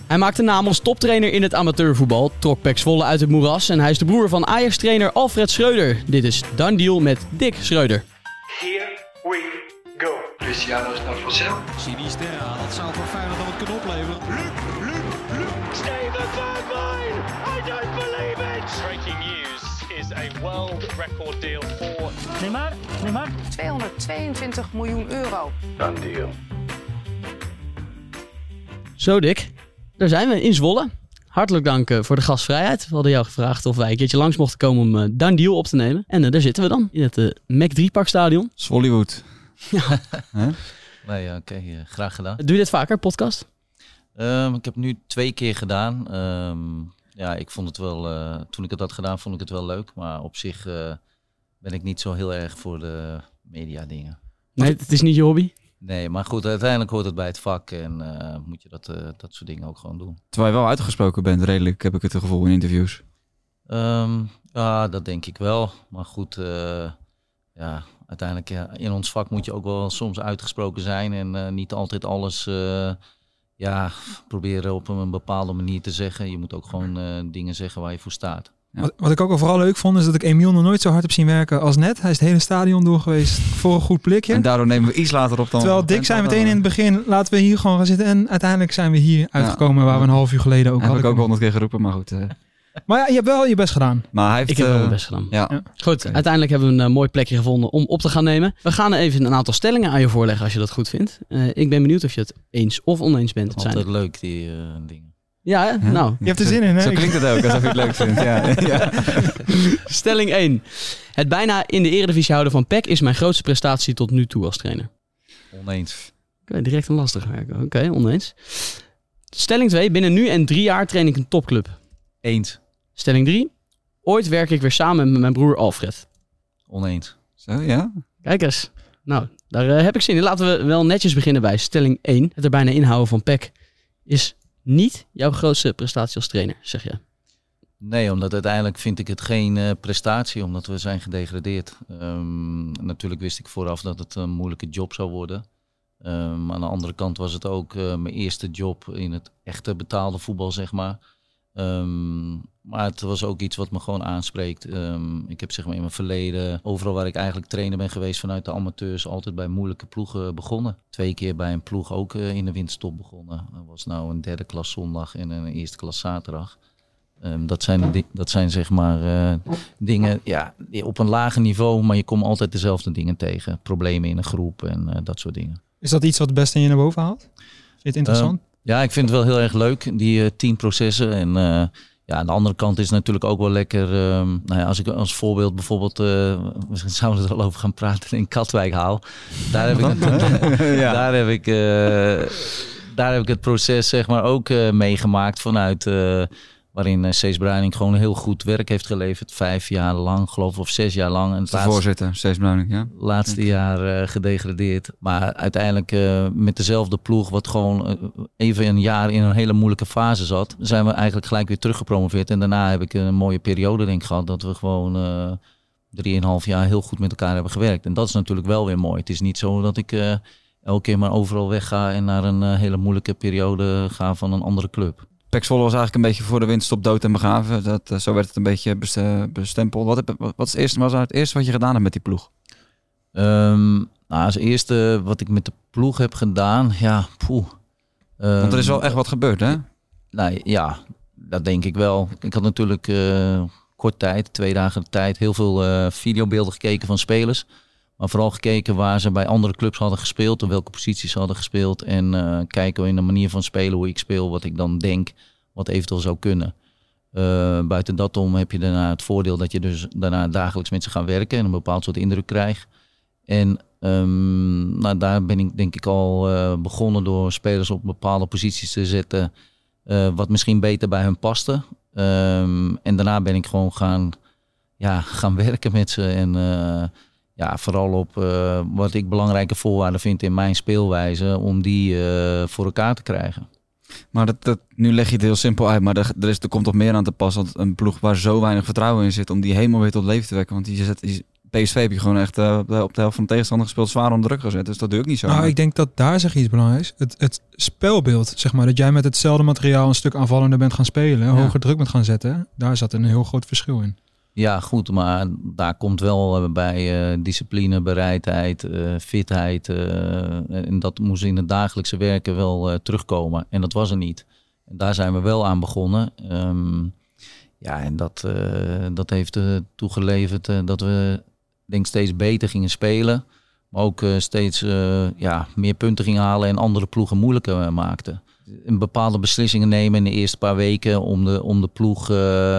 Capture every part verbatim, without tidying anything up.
Hij maakte naam als toptrainer in het amateurvoetbal, trok P E C Zwolle uit het moeras en hij is de broer van Ajax-trainer Alfred Schreuder. Dit is Done Deal met Dick Schreuder. Here we go. Cristiano is naar Vassel. Sinisterra, dat zou voor Feyenoord dan wat kunnen opleveren. Luc, Luc, Luc. Steven Bergwijn, I don't believe it. Breaking news is a world record deal for Neymar, Neymar. tweehonderdtweeëntwintig miljoen euro. Done deal. Zo Dick, daar zijn we in Zwolle. Hartelijk dank uh, voor de gastvrijheid. We hadden jou gevraagd of wij een keertje langs mochten komen om uh, Done Deal op te nemen. En uh, daar zitten we dan, in het uh, Mac drie Park Stadion. Zwollywood. Ja. Huh? Nee, oké, okay, uh, graag gedaan. Doe je dit vaker, podcast? Um, ik heb het nu twee keer gedaan. Um, ja, ik vond het wel, uh, toen ik het had gedaan, vond ik het wel leuk. Maar op zich uh, ben ik niet zo heel erg voor de media dingen. Nee, het is niet je hobby? Nee, maar goed, uiteindelijk hoort het bij het vak en uh, moet je dat, uh, dat soort dingen ook gewoon doen. Terwijl je wel uitgesproken bent, redelijk, heb ik het gevoel in interviews. Um, ja, dat denk ik wel. Maar goed, uh, ja, uiteindelijk ja, in ons vak moet je ook wel soms uitgesproken zijn en uh, niet altijd alles uh, ja, proberen op een bepaalde manier te zeggen. Je moet ook gewoon uh, dingen zeggen waar je voor staat. Ja. Wat, wat ik ook al vooral leuk vond, is dat ik Emiel nog nooit zo hard heb zien werken als net. Hij is het hele stadion door geweest voor een goed blikje. En daardoor nemen we iets later op dan... Terwijl Dick zei meteen in het begin, laten we hier gewoon gaan zitten. En uiteindelijk zijn we hier uitgekomen, ja, waar we een half uur geleden ook heb hadden. Heb ik ook honderd keer geroepen, maar goed. Uh... Maar ja, je hebt wel je best gedaan. Maar hij heeft, ik heb wel uh... mijn best gedaan. Ja. Ja. Goed, okay. Uiteindelijk hebben we een uh, mooi plekje gevonden om op te gaan nemen. We gaan even een aantal stellingen aan je voorleggen als je dat goed vindt. Uh, ik ben benieuwd of je het eens of oneens bent. Altijd zijn. Leuk, die uh, dingen. Ja, hè? Huh? Nou. Je hebt er zin in, hè? Zo klinkt het ook, alsof je het leuk vindt. Ja. Ja. Stelling één. Het bijna in de Eredivisie houden van P E C is mijn grootste prestatie tot nu toe als trainer. Oneens. Oké, okay, direct een lastig werken. Oké, okay, oneens. Stelling twee. Binnen nu en drie jaar train ik een topclub. Eens. Stelling drie. Ooit werk ik weer samen met mijn broer Alfred. Oneens. Zo, ja? Kijk eens. Nou, daar uh, heb ik zin in. Laten we wel netjes beginnen bij stelling één. Het er bijna inhouden van P E C is niet jouw grootste prestatie als trainer, zeg je? Nee, omdat uiteindelijk vind ik het geen uh, prestatie, omdat we zijn gedegradeerd. Um, natuurlijk wist ik vooraf dat het een moeilijke job zou worden. Um, aan de andere kant was het ook uh, mijn eerste job in het echte betaalde voetbal, zeg maar. Um, maar het was ook iets wat me gewoon aanspreekt. Um, ik heb zeg maar in mijn verleden, overal waar ik eigenlijk trainer ben geweest vanuit de amateurs, altijd bij moeilijke ploegen begonnen. Twee keer bij een ploeg ook uh, in de winterstop begonnen. Dat was nou een derde klas zondag en een eerste klas zaterdag. Um, dat, zijn, di- dat zijn zeg maar uh, dingen ja, op een lager niveau, maar je komt altijd dezelfde dingen tegen. Problemen in een groep en uh, dat soort dingen. Is dat iets wat het beste in je naar boven haalt? Vind je het interessant? Um, Ja, ik vind het wel heel erg leuk, die uh, teamprocessen. En uh, ja, aan de andere kant is het natuurlijk ook wel lekker. Um, nou ja, als ik als voorbeeld bijvoorbeeld, uh, misschien zouden we er al over gaan praten, in Katwijk haal. Daar heb ik, ja. daar heb ik, uh, daar heb ik het proces zeg maar ook uh, meegemaakt vanuit. Uh, Waarin uh, Cees Bruining gewoon heel goed werk heeft geleverd. Vijf jaar lang, geloof ik, of zes jaar lang. En het de laatste, voorzitter, Cees Bruining, ja. Laatste jaar uh, gedegradeerd. Maar uiteindelijk uh, met dezelfde ploeg, wat gewoon uh, even een jaar in een hele moeilijke fase zat, zijn we eigenlijk gelijk weer teruggepromoveerd. En daarna heb ik een mooie periode denk ik gehad, dat we gewoon uh, drieënhalf jaar heel goed met elkaar hebben gewerkt. En dat is natuurlijk wel weer mooi. Het is niet zo dat ik uh, elke keer maar overal wegga en naar een uh, hele moeilijke periode ga van een andere club. P E C Zwolle was eigenlijk een beetje voor de winterstop dood en begraven. Dat, uh, zo werd het een beetje bestempeld. Wat, heb, wat is het eerste, was het eerste wat je gedaan hebt met die ploeg? Um, nou, als eerste wat ik met de ploeg heb gedaan, ja, poeh. Um, Want er is wel echt wat gebeurd, hè? Nou ja, dat denk ik wel. Ik had natuurlijk uh, kort tijd, twee dagen de tijd, heel veel uh, videobeelden gekeken van spelers. Maar vooral gekeken waar ze bij andere clubs hadden gespeeld, en welke posities ze hadden gespeeld. En uh, kijken in de manier van spelen, hoe ik speel, wat ik dan denk, wat eventueel zou kunnen. Uh, buiten dat om heb je daarna het voordeel dat je dus daarna dagelijks met ze gaat werken en een bepaald soort indruk krijgt. En um, nou, daar ben ik denk ik al uh, begonnen door spelers op bepaalde posities te zetten, uh, wat misschien beter bij hun paste. Um, en daarna ben ik gewoon gaan, ja, gaan werken met ze en uh, ja, vooral op uh, wat ik belangrijke voorwaarden vind in mijn speelwijze om die uh, voor elkaar te krijgen. Maar dat, dat, nu leg je het heel simpel uit, maar er, er, is, er komt toch meer aan te pas dat een ploeg waar zo weinig vertrouwen in zit om die helemaal weer tot leven te wekken. Want je zet, je, P S V heb je gewoon echt uh, op, de, op de helft van de tegenstander gespeeld, zwaar onder druk gezet. Dus dat doe ik niet zo. Nou, ik denk dat daar zeg je iets belangrijks. Het, het spelbeeld, zeg maar. Dat jij met hetzelfde materiaal een stuk aanvallender bent gaan spelen. Ja. Hoger druk bent gaan zetten. Daar zat een heel groot verschil in. Ja, goed. Maar daar komt wel bij uh, discipline, bereidheid, uh, fitheid. Uh, en dat moest in het dagelijkse werken wel uh, terugkomen. En dat was er niet. En daar zijn we wel aan begonnen. Um, ja, en dat, uh, dat heeft uh, toegeleverd uh, dat we denk steeds beter gingen spelen. Maar ook uh, steeds uh, ja, meer punten gingen halen en andere ploegen moeilijker uh, maakten. Een bepaalde beslissingen nemen in de eerste paar weken om de, om de ploeg uh,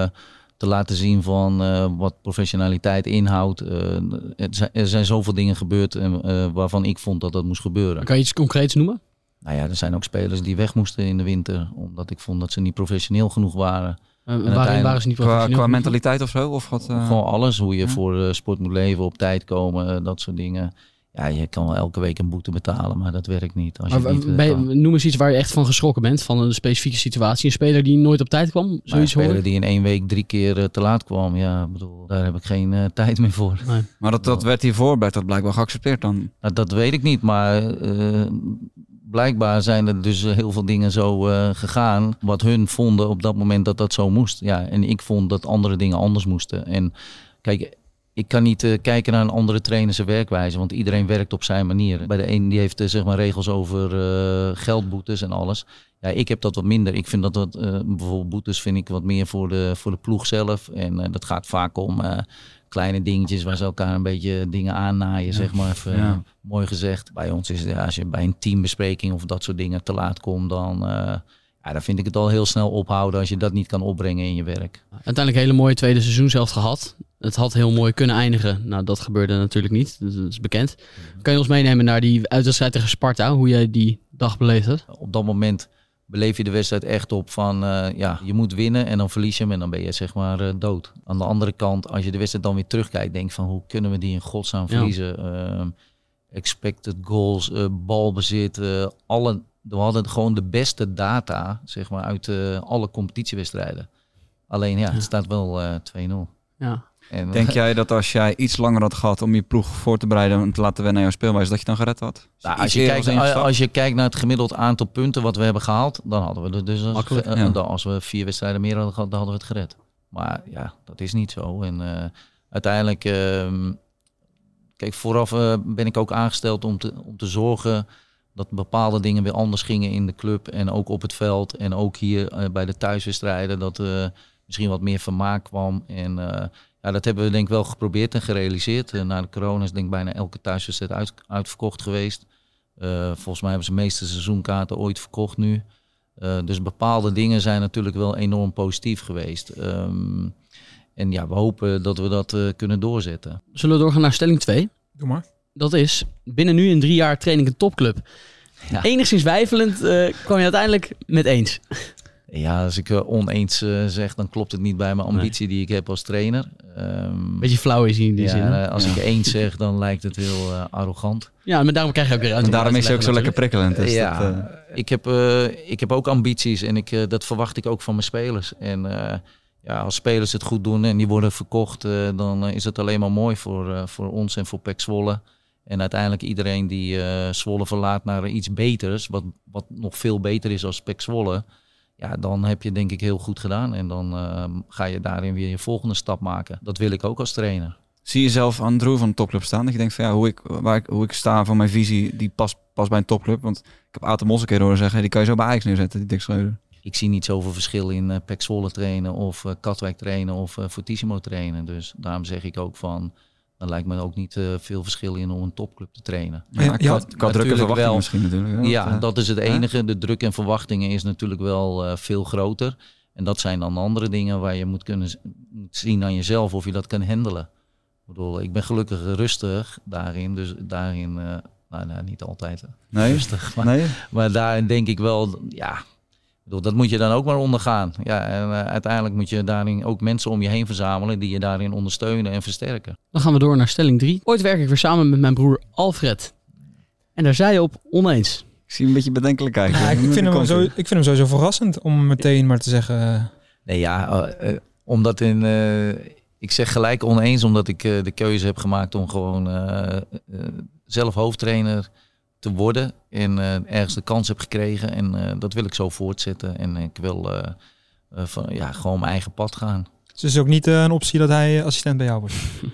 te laten zien van uh, wat professionaliteit inhoudt. Uh, het zijn, er zijn zoveel dingen gebeurd uh, waarvan ik vond dat dat moest gebeuren. Kan je iets concreets noemen? Nou ja, er zijn ook spelers die weg moesten in de winter. Omdat ik vond dat ze niet professioneel genoeg waren. Uh, waarin waren ze niet professioneel? Qua, qua mentaliteit of zo? Of wat, uh... Gewoon alles. Hoe je ja. voor uh, sport moet leven, op tijd komen, uh, dat soort dingen. Ja, je kan wel elke week een boete betalen, maar dat werkt niet. Als je maar, niet uh, bij, noem eens iets waar je echt van geschrokken bent, van een specifieke situatie. Een speler die nooit op tijd kwam? Zoiets een speler horen? die in één week drie keer uh, te laat kwam. Ja, bedoel, daar heb ik geen uh, tijd meer voor. Nee. Maar dat, dat werd hiervoor, werd dat blijkbaar geaccepteerd dan? Nou, dat weet ik niet, maar uh, blijkbaar zijn er dus heel veel dingen zo uh, gegaan. Wat hun vonden op dat moment dat dat zo moest. Ja, en ik vond dat andere dingen anders moesten. En kijk, ik kan niet uh, kijken naar een andere trainer zijn werkwijze, want iedereen werkt op zijn manier. Bij de een die heeft uh, zeg maar regels over uh, geldboetes en alles. Ja, ik heb dat wat minder. Ik vind dat wat, uh, bijvoorbeeld boetes vind ik wat meer voor de, voor de ploeg zelf. En uh, dat gaat vaak om uh, kleine dingetjes waar ze elkaar een beetje dingen aannaaien, ja. zeg maar. Even, ja. uh, mooi gezegd. Bij ons is het, ja, als je bij een teambespreking of dat soort dingen te laat komt, dan... Uh, Ja, dan vind ik het al heel snel ophouden als je dat niet kan opbrengen in je werk. Uiteindelijk een hele mooie tweede seizoen zelf gehad. Het had heel mooi kunnen eindigen. Nou, dat gebeurde natuurlijk niet. Dat is bekend. Kan je ons meenemen naar die uitwedstrijd tegen Sparta? Hoe jij die dag beleefd hebt? Op dat moment beleef je de wedstrijd echt op van... Uh, ja, je moet winnen en dan verlies je hem en dan ben je zeg maar uh, dood. Aan de andere kant, als je de wedstrijd dan weer terugkijkt... denk van hoe kunnen we die in godsnaam verliezen? Ja. Uh, expected goals, uh, balbezit, uh, alle... We hadden gewoon de beste data zeg maar, uit uh, alle competitiewedstrijden. Alleen ja, het staat wel uh, twee nul. Ja. En, Denk jij dat als jij iets langer had gehad om je ploeg voor te bereiden en te laten wennen aan jouw speelwijze, dat je dan gered had? Nou, als, je kijkt, als je kijkt naar het gemiddeld aantal punten wat we hebben gehaald, dan hadden we het dus als, uh, ja. dan, als we vier wedstrijden meer hadden gehad, dan hadden we het gered. Maar ja, dat is niet zo. En uh, uiteindelijk, uh, kijk, vooraf uh, ben ik ook aangesteld om te, om te zorgen dat bepaalde dingen weer anders gingen in de club en ook op het veld en ook hier uh, bij de thuiswedstrijden dat uh, misschien wat meer vermaak kwam. En uh, ja, dat hebben we denk ik wel geprobeerd en gerealiseerd. Uh, na de corona is denk ik bijna elke thuiswedstrijd uit, uitverkocht geweest. Uh, volgens mij hebben ze de meeste seizoenkaarten ooit verkocht nu. Uh, dus bepaalde dingen zijn natuurlijk wel enorm positief geweest. Um, en ja, we hopen dat we dat uh, kunnen doorzetten. Zullen we doorgaan naar stelling twee? Doe maar. Dat is, binnen nu in drie jaar training een topclub. Ja. Enigszins weifelend uh, kwam je uiteindelijk met eens. Ja, als ik uh, oneens uh, zeg, dan klopt het niet bij mijn ambitie nee. die ik heb als trainer. Um, Beetje flauw is hij in die ja, zin. Hè? Als ja. ik eens zeg, dan lijkt het heel uh, arrogant. Ja, maar daarom krijg je ook weer uit. En daarom is hij ook zo lekker prikkelend. Dus ja, dat, uh... ik, heb, uh, ik heb ook ambities en ik, uh, dat verwacht ik ook van mijn spelers. En uh, ja, als spelers het goed doen en die worden verkocht, uh, dan uh, is het alleen maar mooi voor, uh, voor ons en voor P E C Zwolle. En uiteindelijk iedereen die uh, Zwolle verlaat naar iets beters, wat, wat nog veel beter is als P E C Zwolle, ja, dan heb je denk ik heel goed gedaan. En dan uh, ga je daarin weer je volgende stap maken. Dat wil ik ook als trainer. Zie je zelf aan het roer van een topclub staan? Dat je denkt van ja, hoe ik, waar ik, hoe ik sta van mijn visie, die past pas bij een topclub. Want ik heb Aten Mos een keer horen zeggen, die kan je zo bij Ajax neerzetten, die Dick Schreuder. Ik zie niet zoveel verschil in uh, P E C Zwolle trainen of uh, Katwijk trainen of uh, Fortissimo trainen. Dus daarom zeg ik ook van, dan lijkt me ook niet uh, veel verschil in om een topclub te trainen. Ja, ja, qua, qua druk en verwachting wel, misschien natuurlijk. Ja, ja dat, dat is het enige. Ja. De druk en verwachtingen is natuurlijk wel uh, veel groter. En dat zijn dan andere dingen waar je moet kunnen moet zien aan jezelf of je dat kan handelen. Ik bedoel, ik ben gelukkig rustig daarin, dus daarin, uh, nou, nou niet altijd nee? rustig. Maar, nee? maar daarin denk ik wel, ja... Dat moet je dan ook maar ondergaan. Ja, en uh, uiteindelijk moet je daarin ook mensen om je heen verzamelen die je daarin ondersteunen en versterken. Dan gaan we door naar stelling drie. Ooit werk ik weer samen met mijn broer Alfred. En daar zei je op oneens. Ik zie een beetje bedenkelijk kijken. Ja, ik, ik, vind hem zo, ik vind hem sowieso verrassend om meteen maar te zeggen... Uh... Nee ja, uh, uh, omdat in... Uh, ik zeg gelijk oneens, omdat ik uh, de keuze heb gemaakt om gewoon uh, uh, zelf hoofdtrainer te worden. En uh, ergens de kans heb gekregen. En uh, dat wil ik zo voortzetten. En ik wil uh, uh, van, ja, gewoon mijn eigen pad gaan. Dus het is ook niet uh, een optie dat hij uh, assistent bij jou wordt?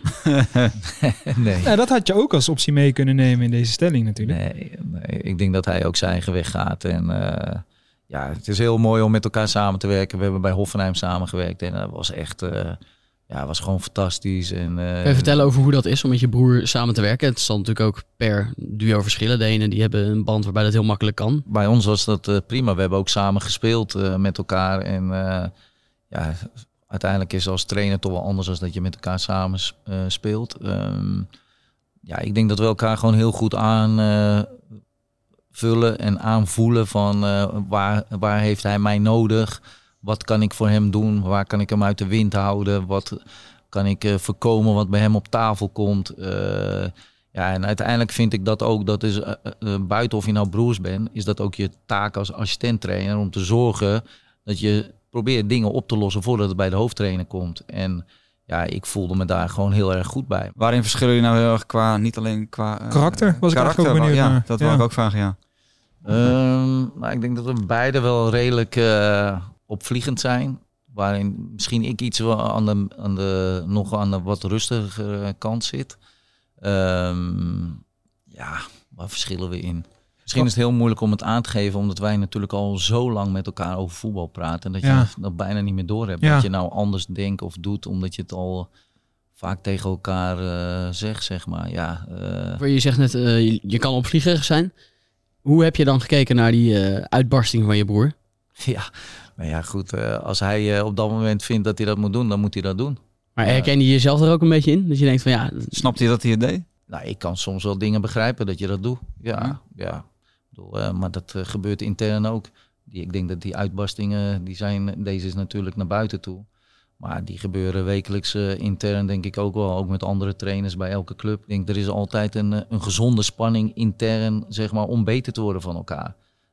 Nee. Ja, dat had je ook als optie mee kunnen nemen in deze stelling natuurlijk. Nee, nee, ik denk dat hij ook zijn eigen weg gaat. En uh, ja, het is heel mooi om met elkaar samen te werken. We hebben bij Hoffenheim samengewerkt. En dat was echt... Uh, Ja, was gewoon fantastisch. En, uh, Kun je vertellen over hoe dat is om met je broer samen te werken? Het zal natuurlijk ook per duo verschillen. De ene die hebben een band waarbij dat heel makkelijk kan. Bij ons was dat uh, prima. We hebben ook samen gespeeld uh, met elkaar. En uh, ja, uiteindelijk is als trainer toch wel anders dan dat je met elkaar samen uh, speelt. Um, ja, ik denk dat we elkaar gewoon heel goed aan uh, vullen en aanvoelen van uh, waar, waar heeft hij mij nodig? Wat kan ik voor hem doen? Waar kan ik hem uit de wind houden? Wat kan ik uh, voorkomen wat bij hem op tafel komt? Uh, ja, en uiteindelijk vind ik dat ook, dat is uh, uh, buiten of je nou broers bent, is dat ook je taak als assistent-trainer om te zorgen dat je probeert dingen op te lossen voordat het bij de hoofdtrainer komt. En ja, ik voelde me daar gewoon heel erg goed bij. Waarin verschillen jullie nou heel erg qua, niet alleen qua... Uh, karakter was ik karakter, eigenlijk ook benieuwd ja, naar. dat ja. wil ik ook vragen, ja. Um, nou, ik denk dat we beide wel redelijk uh, opvliegend zijn. Waarin misschien ik iets wel aan de, aan de, nog aan de wat rustigere kant zit. Um, ja, waar verschillen we in? Misschien is het heel moeilijk om het aan te geven, omdat wij natuurlijk al zo lang met elkaar over voetbal praten. Dat ja. je dat bijna niet meer door hebt. Ja. Dat je nou anders denkt of doet, omdat je het al vaak tegen elkaar uh, zegt, zeg maar. Ja, uh... Je zegt net, uh, je, je kan opvliegerig zijn. Hoe heb je dan gekeken naar die uh, uitbarsting van je broer? Ja, nou ja, goed. Uh, als hij uh, op dat moment vindt dat hij dat moet doen, dan moet hij dat doen. Maar herken je jezelf er ook een beetje in? Dat je denkt van ja... Snapt hij dat hij het deed? Nou, ik kan soms wel dingen begrijpen dat je dat doet. Ja, Ja. ja. Ik bedoel, uh, maar dat uh, gebeurt intern ook. Die, ik denk dat die uitbarstingen, die zijn, deze is natuurlijk naar buiten toe. Maar die gebeuren wekelijks uh, intern, denk ik ook wel. Ook met andere trainers bij elke club. Ik denk, er is altijd een, een gezonde spanning intern, zeg maar, om beter te worden van elkaar.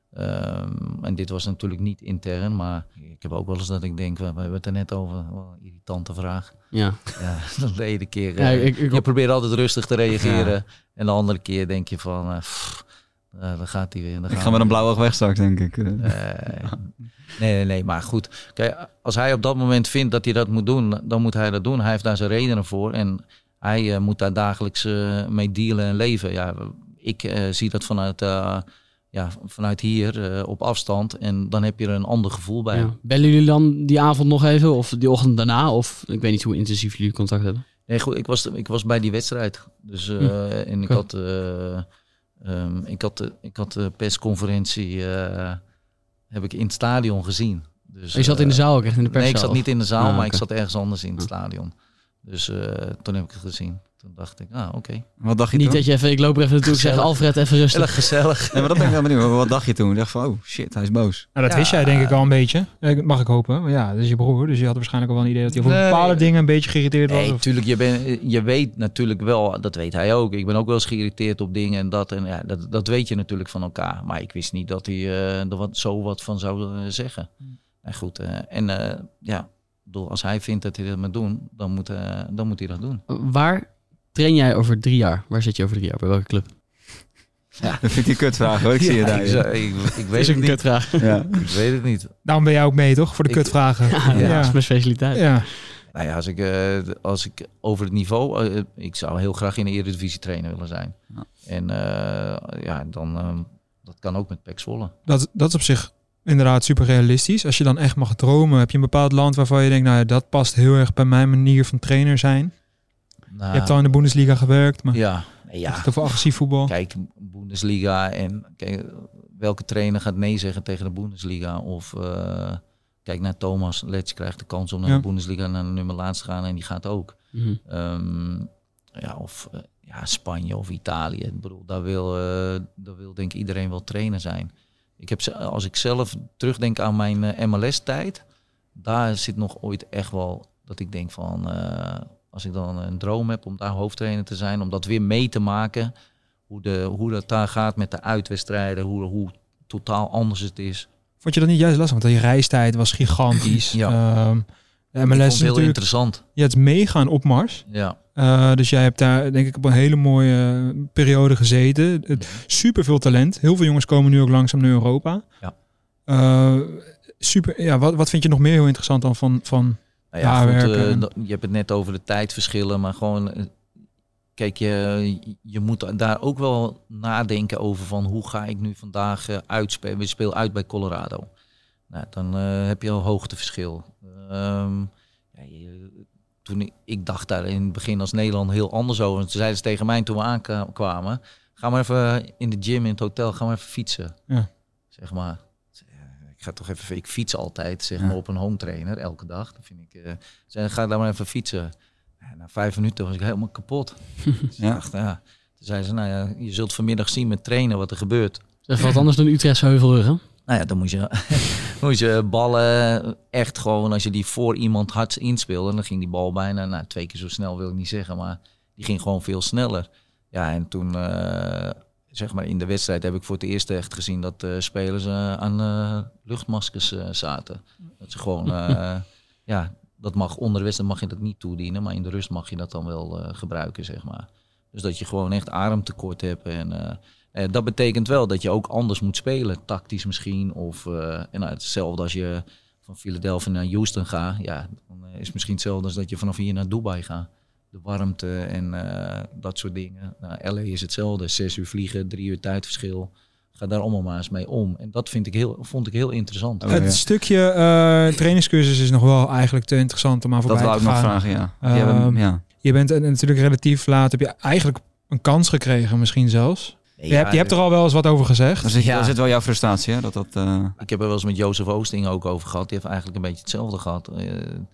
Um, en dit was natuurlijk niet intern, maar ik heb ook wel eens dat ik denk, we hebben het er net over, oh, irritante vraag. Ja. Ja, dan de ene keer, uh, Ja, ik, ik... je probeert altijd rustig te reageren. Ja. En de andere keer denk je van, uh, pff, uh, dan gaat hij weer. Dan Ik ga met een blauw oog weg straks, denk ik. Uh. Uh, nee, nee, nee, maar goed. Kijk, als hij op dat moment vindt dat hij dat moet doen, dan moet hij dat doen. Hij heeft daar zijn redenen voor en hij uh, moet daar dagelijks uh, mee dealen en leven. Ja, ik uh, zie dat vanuit... Uh, Ja, vanuit hier uh, op afstand. En dan heb je er een ander gevoel bij. Ja. Bellen jullie dan die avond nog even? Of die ochtend daarna? Of ik weet niet hoe intensief jullie contact hebben. Nee, goed. Ik was, ik was bij die wedstrijd. Dus, uh, hm. En ik had, uh, um, ik had, uh, ik had de persconferentie uh, heb ik in het stadion gezien. Dus, je zat in de zaal ook echt in de perszaal? Nee, ik zat niet in de zaal, ah, maar okay. ik zat ergens anders in het stadion. Dus uh, toen heb ik het gezien. Toen dacht ik, ah, oké. Okay. Wat dacht je Niet toen? dat je even, ik loop er even naartoe, ik zeg Alfred even rustig. Heel gezellig. Nee, maar dat ben ik wel benieuwd. Wat dacht je toen? Ik dacht van, oh shit, hij is boos. Nou, dat ja, wist jij denk ik al een beetje. Mag ik hopen. Maar ja, dat is je broer. Dus je had waarschijnlijk al wel een idee dat hij over nee, bepaalde dingen een beetje geïrriteerd was. Nee, of... natuurlijk. Je, ben, je weet natuurlijk wel, dat weet hij ook. Ik ben ook wel eens geïrriteerd op dingen en dat. En ja, dat, dat weet je natuurlijk van elkaar. Maar ik wist niet dat hij uh, er wat, zo wat van zou uh, zeggen. Hmm. En goed, uh, en uh, ja, bedoel, als hij vindt dat hij dat moet doen, dan moet, uh, dan moet hij dat doen. Waar train jij over drie jaar? Waar zit je over drie jaar? Bij welke club? Ja. Dat vind ik die kutvraag hoor. Ik ja, zie je daar. Ik, ja. ik, ik weet is het een niet. kutvraag. Ja. Ik weet het niet. Daarom ben jij ook mee toch? Voor de ik, kutvragen. Ja, ja. ja, dat is mijn specialiteit. Ja. Nou ja, als ik, uh, als ik over het niveau... Uh, ik zou heel graag in de Eredivisie trainer willen zijn. Ja. En uh, ja, dan... Uh, dat kan ook met P E C Zwolle. Dat, dat is op zich inderdaad super realistisch. Als je dan echt mag dromen, heb je een bepaald land waarvan je denkt, nou ja, dat past heel erg bij mijn manier van trainer zijn. Nou, je hebt al in de Bundesliga gewerkt, maar ja, ja. Het over agressief voetbal. Kijk, Bundesliga en kijk, welke trainer gaat nee zeggen tegen de Bundesliga? Of uh, kijk naar Thomas Letsch, krijgt de kans om naar ja. de Bundesliga naar de nummer laatst te gaan en die gaat ook. Mm-hmm. Um, ja, of uh, ja, Spanje of Italië. Ik bedoel, daar wil, uh, daar wil denk ik iedereen wel trainer zijn. Ik heb, als ik zelf terugdenk aan mijn uh, M L S-tijd, daar zit nog ooit echt wel dat ik denk van, uh, als ik dan een droom heb om daar hoofdtrainer te zijn, om dat weer mee te maken, hoe, de, hoe dat daar gaat met de uitwedstrijden, hoe, hoe totaal anders het is. Vond je dat niet juist lastig? Want die reistijd was gigantisch. Ja. Um, Ja, M L S ik vond is het heel natuurlijk interessant. Ja, het is mega een opmars. Ja. Uh, dus jij hebt daar denk ik op een hele mooie periode gezeten. Het, super veel talent. Heel veel jongens komen nu ook langzaam naar Europa. Ja. Uh, super. Ja, wat, wat vind je nog meer heel interessant dan van van nou ja, goed, uh, en... je hebt het net over de tijdverschillen, maar gewoon uh, kijk, je, je moet daar ook wel nadenken over van hoe ga ik nu vandaag uh, uitspelen. We spelen uit bij Colorado. Nou, dan uh, heb je al hoogteverschil. Um, ja, je, toen ik, ik dacht daar in het begin als Nederland heel anders over. En toen zeiden ze tegen mij toen we aankwamen, ga maar even in de gym in het hotel, ga maar even fietsen. Ja. Zeg maar. Ik ga toch even, ik fiets altijd zeg ja. maar op een home trainer elke dag. Dat vind ik. Uh, zei, ga daar maar even fietsen. Ja, na vijf minuten was ik helemaal kapot. Ja. Dacht, ja. Toen zei ze, nou ja, je zult vanmiddag zien met trainen wat er gebeurt. Even wat anders dan Utrechtse Heuvelrug, hè? Nou ja, dan moet je, moet je ballen echt gewoon, als je die voor iemand hard inspeelde, dan ging die bal bijna, nou twee keer zo snel wil ik niet zeggen, maar die ging gewoon veel sneller. Ja, en toen, uh, zeg maar in de wedstrijd heb ik voor het eerst echt gezien dat uh, spelers uh, aan uh, luchtmaskers uh, zaten. Dat ze gewoon, uh, ja, dat mag onder de wedstrijd mag je dat niet toedienen, maar in de rust mag je dat dan wel uh, gebruiken, zeg maar. Dus dat je gewoon echt ademtekort hebt en... Uh, Uh, dat betekent wel dat je ook anders moet spelen, tactisch misschien. Of uh, en nou, hetzelfde als je van Philadelphia naar Houston gaat. Ja, dan is het misschien hetzelfde als dat je vanaf hier naar Dubai gaat. De warmte en uh, dat soort dingen. Nou, L A is hetzelfde. Zes uur vliegen, drie uur tijdverschil. Ga daar allemaal maar eens mee om. En dat vind ik heel, vond ik heel interessant. Oh, het ja. stukje uh, trainingscursus is nog wel eigenlijk te interessant om aan voorbij te gaan. Dat wou ik nog vragen, ja. Uh, je, bent, ja. je bent uh, natuurlijk relatief laat. Heb je eigenlijk een kans gekregen misschien zelfs? Je, ja, hebt, je hebt er al wel eens wat over gezegd. Dat zit, ja. dat zit wel jouw frustratie, hè? Dat, dat, uh... Ik heb er wel eens met Jozef Oosting ook over gehad. Die heeft eigenlijk een beetje hetzelfde gehad. Uh,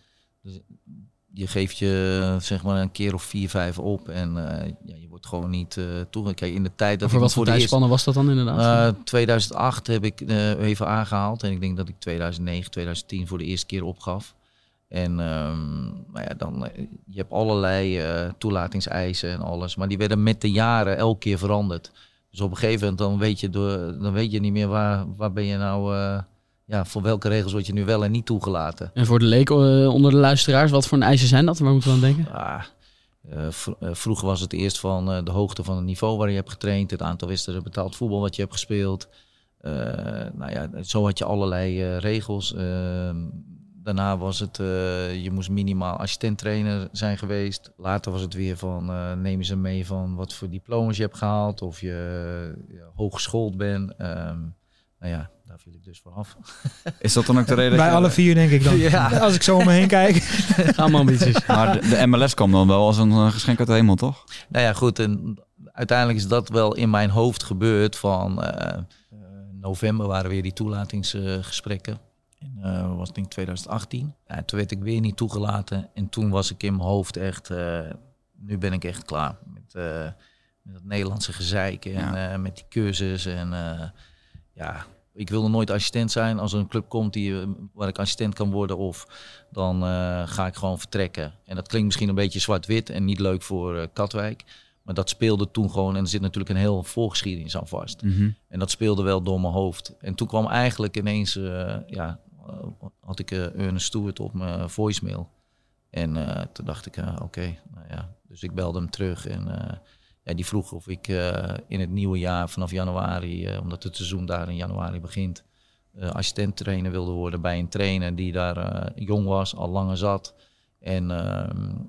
dus je geeft je zeg maar een keer of vier, vijf op. En uh, ja, je wordt gewoon niet uh, toegekeken in de tijd. Dat voor wat voor tijdspannen was dat dan inderdaad? Uh, tweeduizend acht heb ik uh, even aangehaald. En ik denk dat ik tweeduizend negen, tweeduizend tien voor de eerste keer opgaf. En um, nou ja, dan, je hebt allerlei uh, toelatingseisen en alles. Maar die werden met de jaren elke keer veranderd. Dus op een gegeven moment dan weet je, door, dan weet je niet meer waar, waar ben je nou, uh, ja, voor welke regels word je nu wel en niet toegelaten. En voor de leek uh, onder de luisteraars, wat voor een eisen zijn dat? Waar moeten we aan denken? Ah, uh, v- uh, vroeger was het eerst van uh, de hoogte van het niveau waar je hebt getraind, het aantal wedstrijden betaald voetbal wat je hebt gespeeld. Uh, nou ja, zo had je allerlei uh, regels. Uh, Daarna was het, uh, je moest minimaal assistent-trainer zijn geweest. Later was het weer van, uh, neem ze mee van wat voor diploma's je hebt gehaald. Of je uh, hooggeschoold bent. Um, nou ja, daar viel ik dus vanaf. Is dat dan ook de reden? Bij je... alle vier denk ik dan. Ja. Als ik zo om me heen kijk. Gaan we ambities. Maar de, de M L S kwam dan wel als een uh, geschenk uit de hemel, toch? Nou ja, goed. En uiteindelijk is dat wel in mijn hoofd gebeurd. Van uh, uh, november waren weer die toelatingsgesprekken. Uh, In, uh, was denk ik twintig achttien. Ja, toen werd ik weer niet toegelaten. En toen was ik in mijn hoofd echt... Uh, nu ben ik echt klaar met, uh, met het Nederlandse gezeik. En ja. uh, met die cursus. En uh, ja, ik wilde nooit assistent zijn. Als er een club komt die, uh, waar ik assistent kan worden... of dan uh, ga ik gewoon vertrekken. En dat klinkt misschien een beetje zwart-wit... en niet leuk voor uh, Katwijk. Maar dat speelde toen gewoon... en er zit natuurlijk een heel voorgeschiedenis aan vast. Mm-hmm. En dat speelde wel door mijn hoofd. En toen kwam eigenlijk ineens... Uh, ja, had ik uh, Ernest Stewart op mijn voicemail. En uh, toen dacht ik, uh, oké, okay, nou ja. Dus ik belde hem terug en uh, ja, die vroeg of ik uh, in het nieuwe jaar vanaf januari, uh, omdat het seizoen daar in januari begint, uh, assistent trainer wilde worden bij een trainer die daar uh, jong was, al langer zat. En, uh,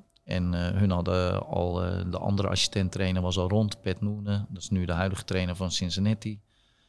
en uh, hun hadden al, uh, de andere assistent trainer was al rond, Pat Noonan. Dat is nu de huidige trainer van Cincinnati.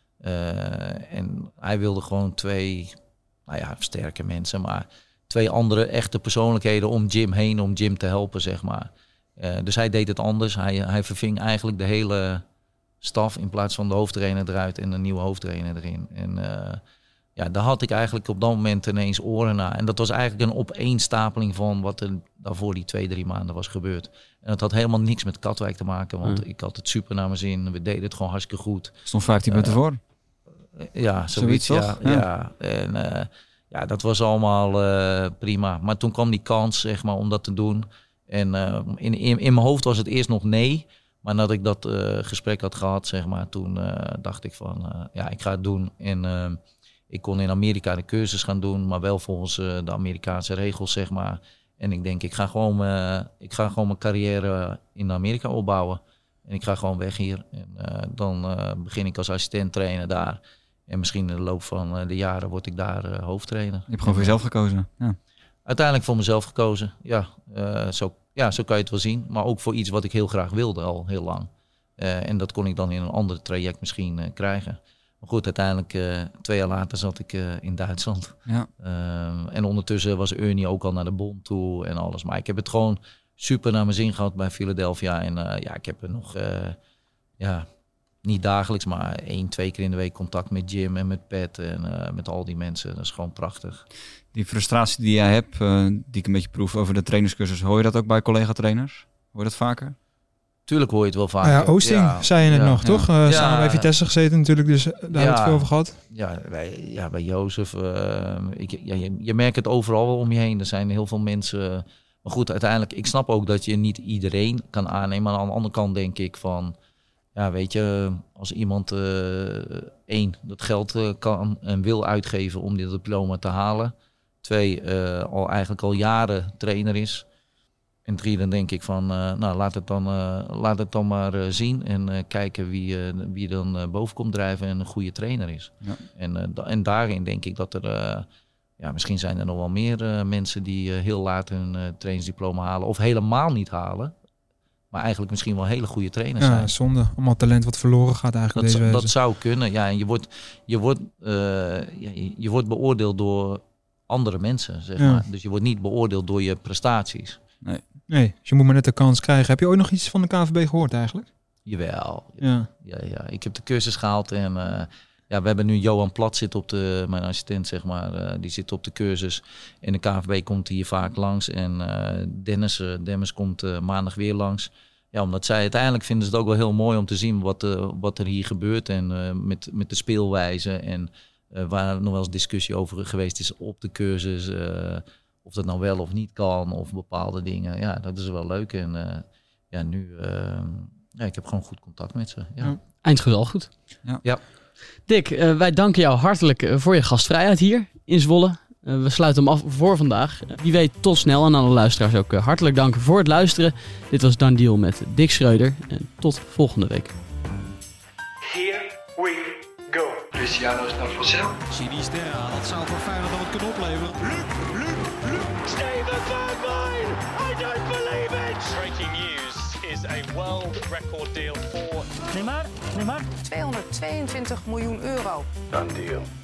Uh, en hij wilde gewoon twee... nou ja, sterke mensen, maar twee andere echte persoonlijkheden om Jim heen, om Jim te helpen, zeg maar. Uh, dus hij deed het anders. Hij, hij verving eigenlijk de hele staf in plaats van de hoofdtrainer eruit en een nieuwe hoofdtrainer erin. En uh, ja, daar had ik eigenlijk op dat moment ineens oren naar. En dat was eigenlijk een opeenstapeling van wat er daarvoor die twee, drie maanden was gebeurd. En dat had helemaal niks met Katwijk te maken, want hmm. ik had het super naar mijn zin. We deden het gewoon hartstikke goed. Stond vijftien punten uh, voor. Ja, zoiets, zoiets ja, ja. ja. En uh, ja, dat was allemaal uh, prima. Maar toen kwam die kans, zeg maar, om dat te doen. En uh, in, in, in mijn hoofd was het eerst nog nee. Maar nadat ik dat uh, gesprek had gehad, zeg maar, toen uh, dacht ik van, uh, ja, ik ga het doen. En uh, Ik kon in Amerika de cursus gaan doen, maar wel volgens uh, de Amerikaanse regels, zeg maar. En ik denk, ik ga gewoon, uh, ik ga gewoon mijn carrière in Amerika opbouwen. En ik ga gewoon weg hier. En uh, dan uh, begin ik als assistent trainer daar. En misschien in de loop van uh, de jaren word ik daar uh, hoofdtrainer. Je hebt gewoon voor jezelf gekozen? Ja. Uiteindelijk voor mezelf gekozen, ja. Uh, zo, ja, zo kan je het wel zien. Maar ook voor iets wat ik heel graag wilde al heel lang. Uh, en dat kon ik dan in een ander traject misschien uh, krijgen. Maar goed, uiteindelijk uh, twee jaar later zat ik uh, in Duitsland. Ja. Uh, en ondertussen was Ernie ook al naar de bond toe en alles. Maar ik heb het gewoon super naar mijn zin gehad bij Philadelphia. En uh, ja, ik heb er nog, uh, ja, niet dagelijks, maar één, twee keer in de week contact met Jim en met Pat en uh, met al die mensen. Dat is gewoon prachtig. Die frustratie die jij hebt, uh, die ik een beetje proef over de trainerscursus, hoor je dat ook bij collega-trainers? Hoor je dat vaker? Tuurlijk hoor je het wel vaker. Ah ja, Oosting, ja, zei je net ja, nog, ja. toch? Uh, Ja. Samen bij Vitesse gezeten natuurlijk, dus daar hebben we het veel over gehad. Ja, bij, ja, bij Jozef. Uh, ik, ja, je, je merkt het overal wel om je heen. Er zijn heel veel mensen. Maar goed, uiteindelijk, ik snap ook dat je niet iedereen kan aannemen. Maar aan de andere kant denk ik van, ja, weet je, als iemand uh, één, dat geld uh, kan en wil uitgeven om dit diploma te halen. Twee, uh, al eigenlijk al jaren trainer is. En drie, dan denk ik van, uh, nou, laat het dan, uh, laat het dan maar uh, zien. En uh, kijken wie, uh, wie dan uh, boven komt drijven en een goede trainer is. Ja. En, uh, da- en daarin denk ik dat er, uh, ja, misschien zijn er nog wel meer uh, mensen die uh, heel laat hun uh, trainingsdiploma halen. Of helemaal niet halen. Maar eigenlijk misschien wel hele goede trainers Ja, zijn. zonde. Allemaal talent wat verloren gaat eigenlijk Dat, deze z- wijze. dat zou kunnen, ja. En je wordt, je wordt, uh, ja, je, je wordt beoordeeld door andere mensen, zeg Ja. maar. Dus je wordt niet beoordeeld door je prestaties. Nee. Nee, dus je moet maar net de kans krijgen. Heb je ooit nog iets van de K N V B gehoord eigenlijk? Jawel. Ja. Ja, ja. Ik heb de cursus gehaald en uh, ja, we hebben nu Johan Plat zit op de, mijn assistent zeg maar, uh, die zit op de cursus. En de K N V B komt hier vaak langs en uh, Dennis, uh, Dennis komt uh, maandag weer langs. Ja, omdat zij uiteindelijk vinden ze het ook wel heel mooi om te zien wat, uh, wat er hier gebeurt en uh, met, met de speelwijze en uh, waar nog wel eens discussie over geweest is op de cursus. Uh, Of dat nou wel of niet kan, of bepaalde dingen. Ja, dat is wel leuk. En uh, ja, nu... Uh, ja, ik heb gewoon goed contact met ze. Ja. Ja. Eindgezal goed. Ja. ja. Dick, uh, wij danken jou hartelijk uh, voor je gastvrijheid hier in Zwolle. Uh, we sluiten hem af voor vandaag. Uh, wie weet tot snel. En aan de luisteraars ook uh, hartelijk dank voor het luisteren. Dit was Done Deal met Dick Schreuder. En tot volgende week. Here we go. Cristiano Snavocel. Sinisterra, dat zou voor Feyenoord dan wat kunnen opleveren. Steven Bergwijn! I don't believe it! Breaking news is a world record deal for tweehonderdtweeëntwintig miljoen euro. Done deal.